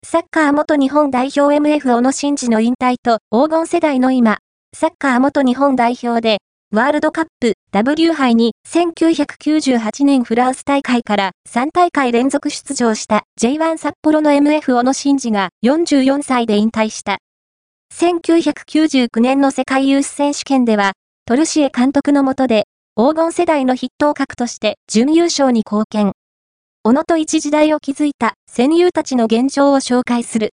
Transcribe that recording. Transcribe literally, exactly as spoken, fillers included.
サッカー元日本代表 エムエフ 小野伸二の引退と黄金世代の今、サッカー元日本代表で、ワールドカップ ダブリュー 杯にせんきゅうひゃくきゅうじゅうはちねんフランス大会からさん大会連続出場した ジェイワン 札幌の エムエフ 小野伸二がよんじゅうよんさいで引退した。せんきゅうひゃくきゅうじゅうきゅうねんの世界ユース選手権では、トルシエ監督の下で黄金世代の筆頭格として準優勝に貢献。小野と一時代を築いた戦友たちの現状を紹介する。